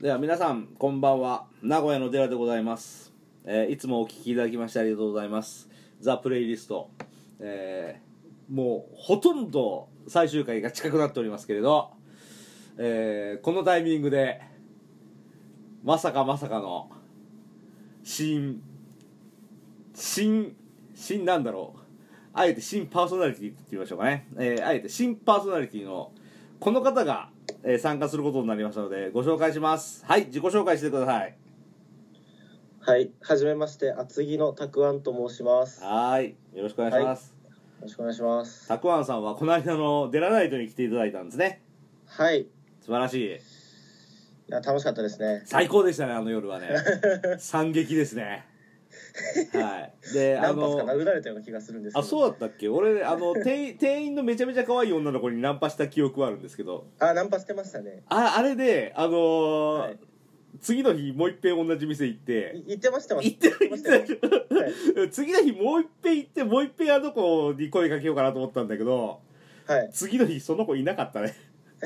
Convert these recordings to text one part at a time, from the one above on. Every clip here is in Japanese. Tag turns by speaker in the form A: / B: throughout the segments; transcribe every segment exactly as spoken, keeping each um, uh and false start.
A: では皆さんこんばんは。名古屋の寺でございます、えー、いつもお聞きいただきましてありがとうございます。ザ・プレイリスト、えー、もうほとんど最終回が近くなっておりますけれど、えー、このタイミングでまさかまさかの新新新なんだろうあえて新パーソナリティって言ってみましょうかね、えー、あえて新パーソナリティのこの方が、えー、参加することになりましたのでご紹介します。はい、自己紹介してください。
B: はい、はじめまして、厚木のたくあんと申します。
A: はい、よろしくお願いします。
B: はい、よろしくお願いします。
A: たくあんさんはこの間のデラナイトに来ていただいたんですね。
B: はい、
A: 素晴らしい。
B: いや楽しかったですね。
A: 最高でしたね、あの夜はね惨劇ですねはい。で、
B: 何発か殴られたような気がするんですけど。
A: あ、そうだったっけ。俺あの店員、店員のめちゃめちゃ可愛い女の子にナンパした記憶はあるんですけど、
B: あ、ナンパしてましたね。
A: ああれであのー
B: はい、
A: 次の日もう一遍同じ店行って
B: 行ってました。
A: 行って行ってはい、次の日もう一遍行ってもう一遍あの子に声かけようかなと思ったんだけど、はい、次の日その子いなかったね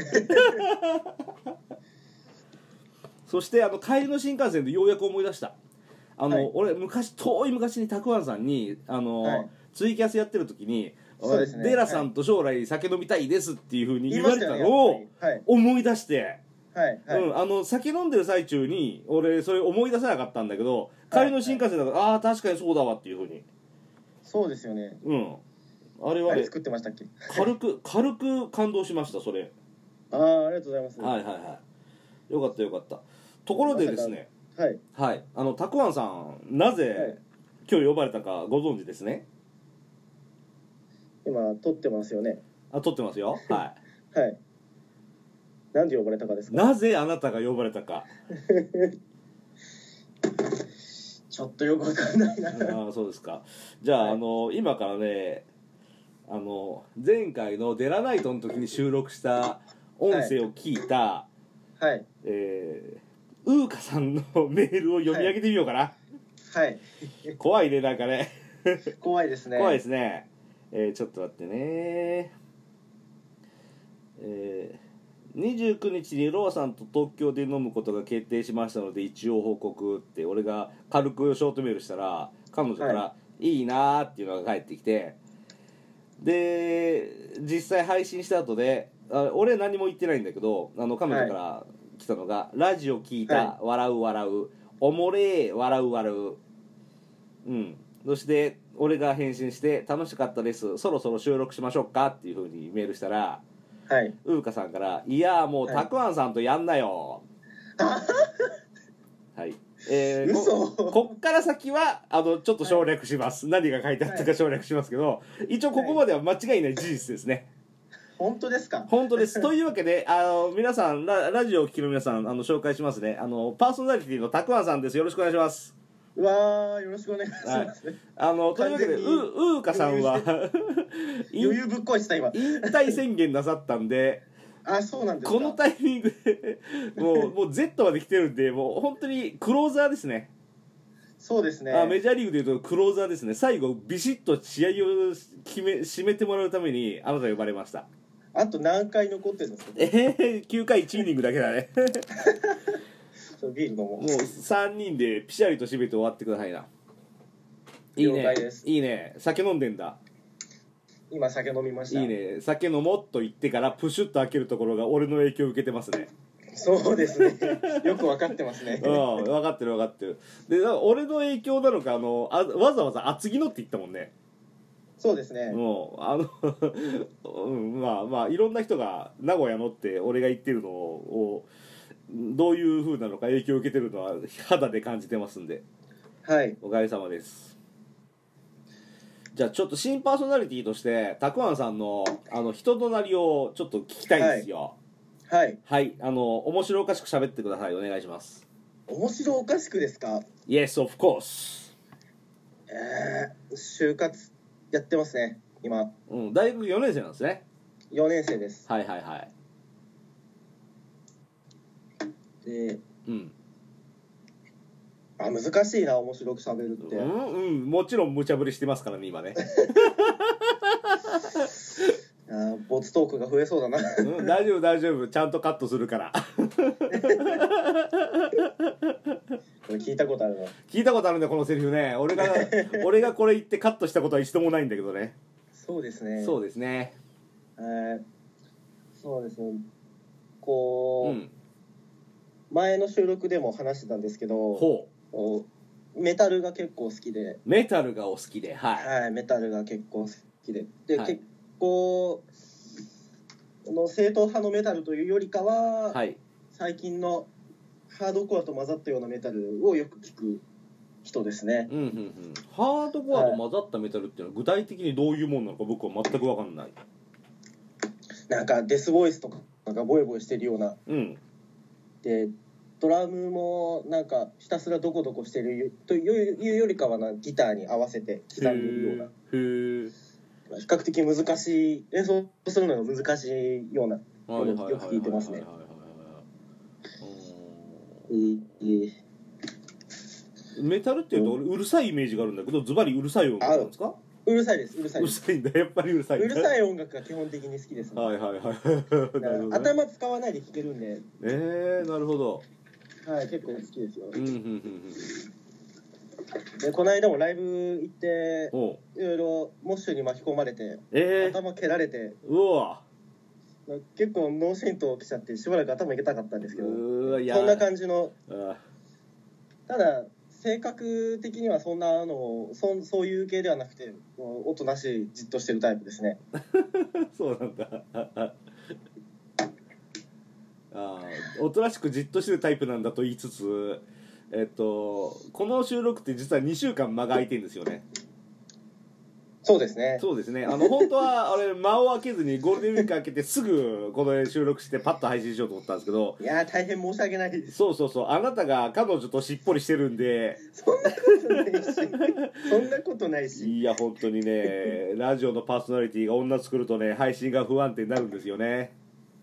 A: そしてあの帰りの新幹線でようやく思い出した。あの、はい、俺昔遠い昔にたくあんさんにあの、はい、ツイキャスやってる時に、ね、デラさんと将来酒飲みたいですっていう風に言われたのを思い出して、はいはい、うん、あの酒飲んでる最中に俺それ思い出せなかったんだけど、帰りの新幹線だから、はいはい、ああ確かにそうだわっていう風に。
B: そうですよね。
A: うん。あれはね、
B: 作ってましたっけ
A: 軽く軽く感動しました。それ。
B: ああ、ありがとうございます。
A: はいはいはい。よかったよかった。ところでですね、
B: はい、
A: はい、あのたくあんさんなぜ、はい、今日呼ばれたかご存知ですね。
B: 今撮ってますよね。
A: あ、撮ってますよ。はい。
B: はい。なんで呼ばれたかですか。
A: なぜあなたが呼ばれたか
B: ちょっとよくわかんないな。
A: ああ、そうですか。じゃあ、はい、あの今からね、あの前回のデラナイトの時に収録した音声を聞いた、はい、えーウーカさんのメールを読み上げてみようかな。
B: はい。
A: 怖いね、なんかね。
B: 怖いですね。
A: 怖いですね。えー、ちょっと待ってね。えー、にじゅうくにちにローさんと東京で飲むことが決定しましたので一応報告って俺が軽くショートメールしたら、彼女から、はい、いいなーっていうのが返ってきて、で実際配信した後で、あ俺何も言ってないんだけど、あの彼女から、はい、来たのがラジオ聞いた、はい、笑う笑うおもれー笑う笑う、うん、そして俺が返信して楽しかったですそろそろ収録しましょうかっていう風にメールしたら、はい、ウーカさんからいやもうたくあんさんとやんなよはい、えー、こ, こっから先はあのちょっと省略します、はい、何が書いてあったか省略しますけど、一応ここまでは間違いない事実ですね。
B: 本当ですか。
A: 本当ですというわけで、あの皆さん ラ, ラジオをお聞きの皆さん、あの紹介しますね。あのパーソナリティのたくあんさんです。よろしくお願いします。
B: うわー、よろしくお願いします、はい、
A: あのというわけで ウ, ウーカさんは
B: 余裕ぶっこいした今
A: 引退宣言なさったんで
B: あ、そうなんですか。
A: このタイミングでもうもう Z まで来てるんで、もう本当にクローザーですね。
B: そうですね。
A: あ、メジャーリーグでいうとクローザーですね。最後ビシッと試合を決め締めてもらうためにあなた呼ばれました。
B: あと何回残ってるんですか。
A: えー、きゅうかいいちイニングだけだね
B: ビール飲もう。
A: もうさんにんでピシャリと締めて終わってくださいな。いいね。
B: 了解です。
A: いいね。酒飲んでんだ。
B: 今酒飲みました。
A: いいね。酒飲もうと言ってからプシュッと開けるところが俺の影響を受けてますね。
B: そうですね。よく分かってますね。
A: うん、分かってる分かってる。で、俺の影響なのか、あのあわざわざ厚木のって言ったもんね。
B: そうですね。
A: もうあの、うん、まあまあいろんな人が名古屋のって俺が言ってるのをどういう風なのか影響を受けてるのは肌で感じてますんで、
B: はい、
A: おかげさまです。じゃあちょっと新パーソナリティとしてたくあんさんのあの人となりをちょっと聞きたいんですよ。
B: はい、
A: はい、あの面白おかしく喋ってください。お願いします。
B: 面白おかしくですか。
A: Yes, of course。
B: えー、就活やってますね今。
A: うん、大学よねん生なんですね。
B: よねん生です。
A: はいはいはい。
B: で、
A: うん、
B: あ、難しいな、面白く喋るって。
A: うんうん、もちろん無茶ぶりしてますからね今ね
B: あ、ぼツトークが増えそうだな。
A: うん、大丈夫大丈夫、ちゃんとカットするから
B: これ聞いたことあるな。
A: 聞いたことあるんだよこのセリフね。俺が俺がこれ言ってカットしたことは一度もないんだけどね。
B: そうですね。
A: そうですね。
B: えー、そうですね。こう、
A: うん、
B: 前の収録でも話してたんですけど、
A: ほ
B: こうメタルが結構好きで、
A: う、メタルがお好きで、はい、
B: はい、メタルが結構好きで、で、
A: はい、
B: 結構この正統派のメタルというよりかは、
A: はい、
B: 最近のハードコアと混ざったようなメタルをよく聞く人ですね。
A: うんうんうん。ハードコアと混ざったメタルっていうのは具体的にどういうものなのか僕は全く分かんない。
B: なんかデスボイスとかがボイボイしてるような、
A: うん、
B: でドラムもなんかひたすらドコドコしてるというよりかはな、ギターに合わせて刻んでるような、
A: へー、
B: 比較的難しい演奏するのが難しいような
A: はいはいはいはいはいはいはい、
B: よく聞いてますね。
A: メタルっていうと俺うるさいイメージがあるんだけど、ズバリうるさい音楽なんですか？
B: うるさいです、うるさいう
A: る
B: です。
A: さいんだ、やっぱりうるさいんだ。
B: うるさい音楽が基本的に好きですね。
A: はいはいはいなるほど、ね、
B: 頭使わないで聴けるんで、
A: えー、なるほど。
B: はい、結構好きですよ。
A: うんうんうんうん。
B: でこの間もライブ行って
A: お
B: いろいろモッシュに巻き込まれて、
A: えー、
B: 頭蹴られて、
A: うわ
B: 結構脳震盪来ちゃってしばらく頭痛かったんですけど、
A: うわ、いや
B: そんな感じの、
A: あ
B: ただ性格的にはそんなの そ, そういう系ではなくて、おとなしいじっとしてるタイプですね。
A: そうなんだあ、おとなしくじっとしてるタイプなんだと言いつつ、えっとこの収録って実はにしゅうかん間が空いてるんですよね。
B: そうですね。
A: そうですね。あの本当はあれ間を空けずにゴールデンウィーク空けてすぐこの収録してパッと配信しようと思ったんですけど、
B: いやー大変申し訳ないです。
A: そうそうそう、あなたが彼女としっぽりしてるんで。
B: そんなことないしそんなことないし、
A: いや本当にね、ラジオのパーソナリティが女作るとね、配信が不安定になるんですよね。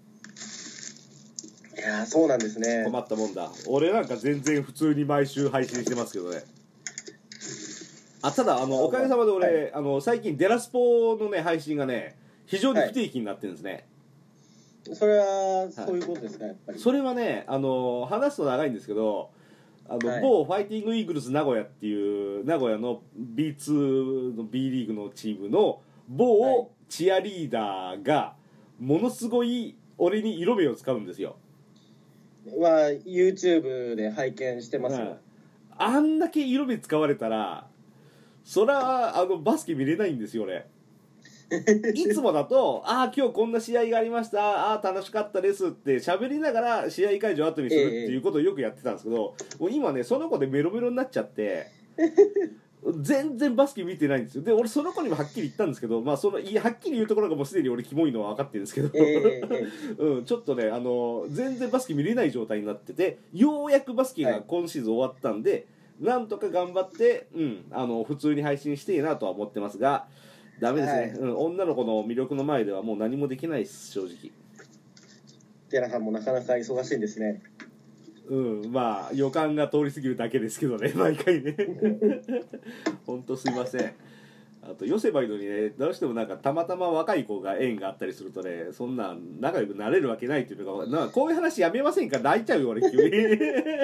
B: いやーそうなんですね。
A: 困ったもんだ。俺なんか全然普通に毎週配信してますけどね。あ、ただあのおかげさまで俺、はい、あの最近デラスポのね配信がね非常に不定期になってるんですね。
B: はい、それはそういうことですか、やっぱり。
A: それはね、あの話すと長いんですけど、あの、はい、某ファイティングイーグルス名古屋っていう名古屋の ビーツー の B リーグのチームの某チアリーダーがものすごい俺に色目を使うんですよ。
B: まあ YouTube で拝見してますよ、うん、
A: あんだけ色目使われたらそりゃあのバスケ見れないんですよ俺いつもだとああ今日こんな試合がありました、ああ楽しかったですって喋りながら試合会場後にするっていうことをよくやってたんですけど、もう今ねその子でメロメロになっちゃって全然バスケ見てないんですよ。で俺その子にもはっきり言ったんですけど、まあそのいやはっきり言うところがもうすでに俺キモいのは分かってるんですけど、えーうん、ちょっとねあの全然バスケ見れない状態になってて、ようやくバスケが今シーズン終わったんで、はい、なんとか頑張って、うん、あの普通に配信していいなとは思ってますが、ダメですね、はい、うん、女の子の魅力の前ではもう何もできないです正直。
B: 寺さんもなかなか忙しいんですね。
A: うん、まあ予感が通り過ぎるだけですけどね毎回ね本当すいません。あと寄せばいいのにね、どうしてもなんかたまたま若い子が縁があったりするとね、そんな仲良くなれるわけないっていうのが、なんかこういう話やめませんか、泣いちゃうよ俺急に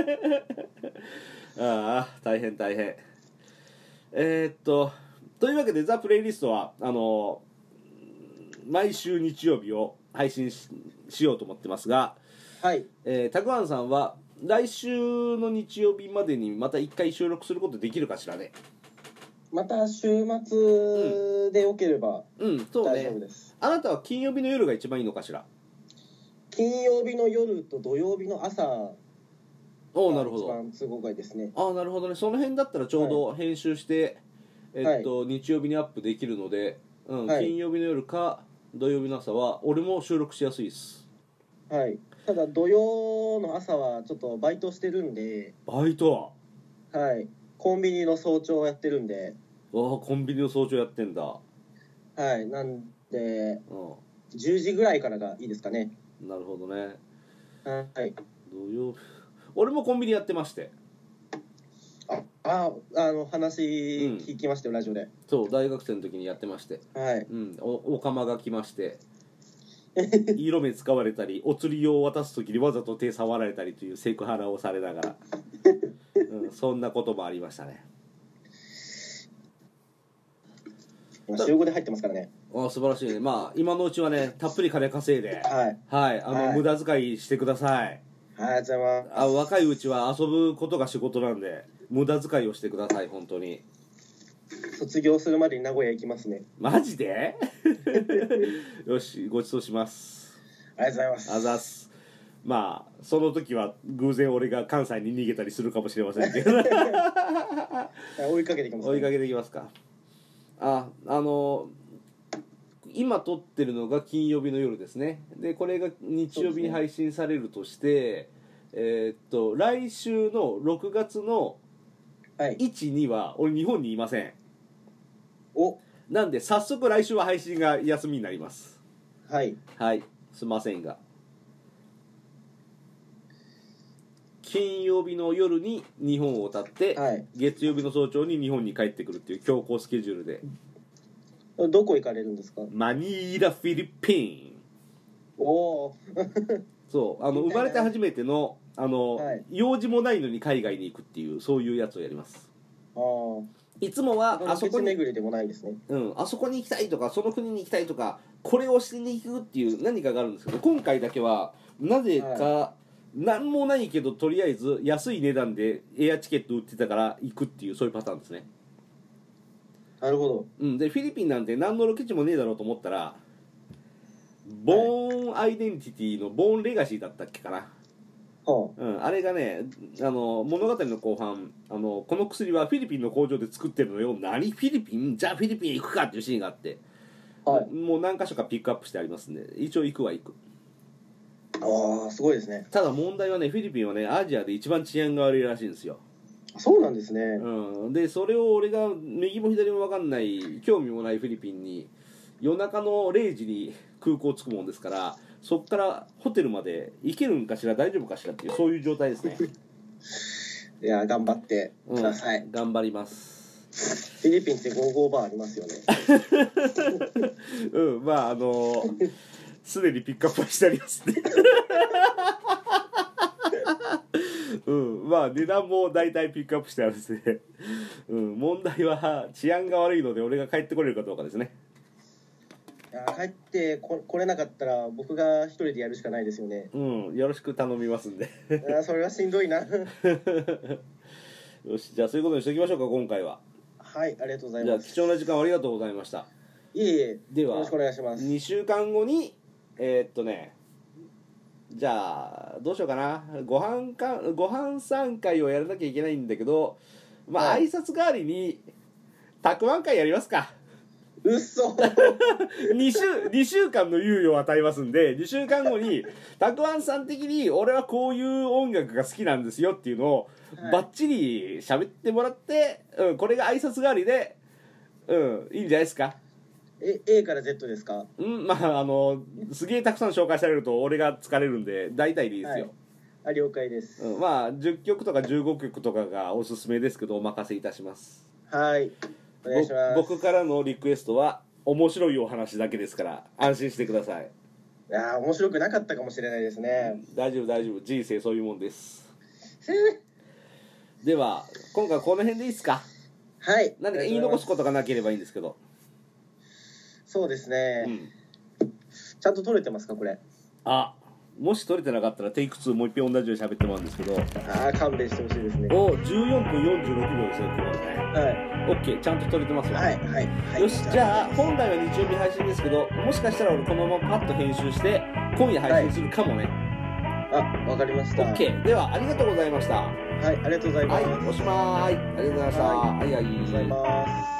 A: ああ大変大変。えー、っとというわけでザ・プレイリストはあの毎週日曜日を配信 し, しようと思ってますが、
B: はい、
A: えー、たくあんさんは来週の日曜日までにまたいっかい収録することできるかしらね。
B: また週末でよければ大丈夫です、うんうんね、
A: あなたは金曜日の夜が一番いいのかしら。
B: 金曜日の夜と土曜日の朝が一番都合がいいですね。
A: ああなるほどね。その辺だったらちょうど編集して、はい、えっと、はい、日曜日にアップできるので、うん、はい、金曜日の夜か土曜日の朝は俺も収録しやすいです。
B: はい。ただ土曜の朝はちょっとバイトしてるんで。
A: バイト
B: ははい、コンビニの早朝をやってるんで。
A: ああコンビニの早朝やってんだ。
B: はい、なんで、うん、じゅうじぐらいからがいいですかね。
A: なるほどね。
B: はい。
A: 土曜俺もコンビニやってまして、
B: あああの話聞きましたよ、うん、ラジオで。
A: そう大学生の時にやってまして、
B: はい、
A: うん、おおかまが来まして、 色目使われたり、お釣りを渡す時にわざと手触られたりというセクハラをされながら、うん、そんなこともありましたね。
B: 今週ごで入ってますからね。
A: あ、素晴らしいね。まあ今のうちはね、たっぷり金稼いで、
B: はい
A: はい、あの、
B: はい
A: 無駄遣いしてください。
B: はい、ありがとうございます。
A: あ、若いうちは遊ぶことが仕事なんで、無駄遣いをしてください。本当に。
B: 卒業するまでに名古屋行きますね。
A: マジでよし、ごちそうします。
B: ありがとうございます。
A: あざっす。まあその時は偶然俺が関西に逃げたりするかもしれませんけど
B: 追いかけていきます、ね、
A: 追いかけていきますか。あ、あの今撮ってるのが金曜日の夜ですね。でこれが日曜日に配信されるとして、えー、っと来週のろくがつのいち、には俺日本にいません。
B: お、
A: なんで早速来週は配信が休みになります。
B: はい
A: はい、すいませんが、金曜日の夜に日本を立って、
B: はい、
A: 月曜日の早朝に日本に帰ってくるっていう強行スケジュールで。
B: どこ行かれるんですか？
A: マニーラフィリピン。
B: おお
A: そうあの生まれて初めてのあの、
B: はい、
A: 用事もないのに海外に行くっていうそういうやつをやります。
B: ああ、
A: いつもはあそこに
B: 巡りでもないですね。
A: うん、あそこに行きたいとかその国に行きたいとかこれをしに行くっていう何かがあるんですけど、今回だけはなぜか、はい、何もないけどとりあえず安い値段でエアチケット売ってたから行くっていうそういうパターンですね。
B: なるほど。
A: うん、でフィリピンなんて何のロケ地もねえだろうと思ったら、ボーンアイデンティティのボーンレガシーだったっけかな、
B: は
A: あ、うん、あれがね、あの物語の後半、あのこの薬はフィリピンの工場で作ってるのよ、何フィリピンじゃあフィリピン行くかっていうシーンがあって、はい、もう何箇所かピックアップしてありますんで一応行くは行く。
B: ああ、すごいですね。
A: ただ問題はね、フィリピンはねアジアで一番治安が悪いらしいんですよ。
B: そうなんですね。
A: うん、でそれを俺が右も左も分かんない興味もないフィリピンに夜中のれいじに空港着くもんですから、そっからホテルまで行けるんかしら大丈夫かしらっていうそういう状態ですね。
B: いや頑張ってください、
A: うん、頑張ります。
B: フィリピンってゴーゴーバーありますよね
A: うん、まああのすでにピックアップはしてありますねうん、まあ値段も大体ピックアップしてあるんですね、うん、問題は治安が悪いので俺が帰ってこれるかどうかですね。
B: いや帰ってこ来れなかったら僕が一人でやるしかないですよね。
A: うん、よろしく頼みますんで
B: あそれはしんどいなよ
A: し、じゃあそういうことにしておきましょうか今回は。
B: はい、ありがとうございます。
A: じゃあ貴重な時間ありがとうございました。
B: いえいえ、
A: では
B: よろしくお願いします。
A: にしゅうかんごにえー、っとねじゃあどうしようかな、ご飯かご飯参会をやらなきゃいけないんだけど、まあ、はい、挨拶代わりにたくあん会やりますか。
B: うっそ
A: 2, 週にしゅうかんの猶予を与えますんで、にしゅうかんごにたくあんさん的に俺はこういう音楽が好きなんですよっていうのをバッチリ喋ってもらって、うん、これが挨拶代わりで、うん、いいんじゃないですか。
B: え A から ゼット ですか？
A: うん、まああのすげえたくさん紹介されると俺が疲れるんで大体でいいですよ。
B: はい、あ了解です、
A: うん、まあじゅっきょくとかじゅうごきょくとかがおすすめですけどお任せいたします。
B: はいお願いします。
A: 僕からのリクエストは面白いお話だけですから安心してください。
B: いや面白くなかったかもしれないですね。
A: 大丈夫大丈夫、人生そういうもんですでは今回はこの辺でいいですか。
B: はい、
A: 何か言い残すことがなければいいんですけど。
B: そうですね、うん、ちゃんと撮れてますかこれ。
A: あ、もし撮れてなかったらテイクツーもう一遍同じように喋ってもらうんですけど、
B: ああ勘弁してほしいですね。
A: おじゅうよんぷんよんじゅうろくびょうですよ今日はね。はい、OK、 ちゃんと撮れてますよ。はいはい、はい、よし、じゃあ本来は日曜日配信ですけど、もしかしたら俺このままパッと編集して今夜配信するかもね。
B: はい、あ、わかりました。
A: OK、 ではありがとうございました。
B: はい、ありがとうございます。
A: はい、おしまい。ありがとうございました。はい、はい、はい、
B: ありがとうございます。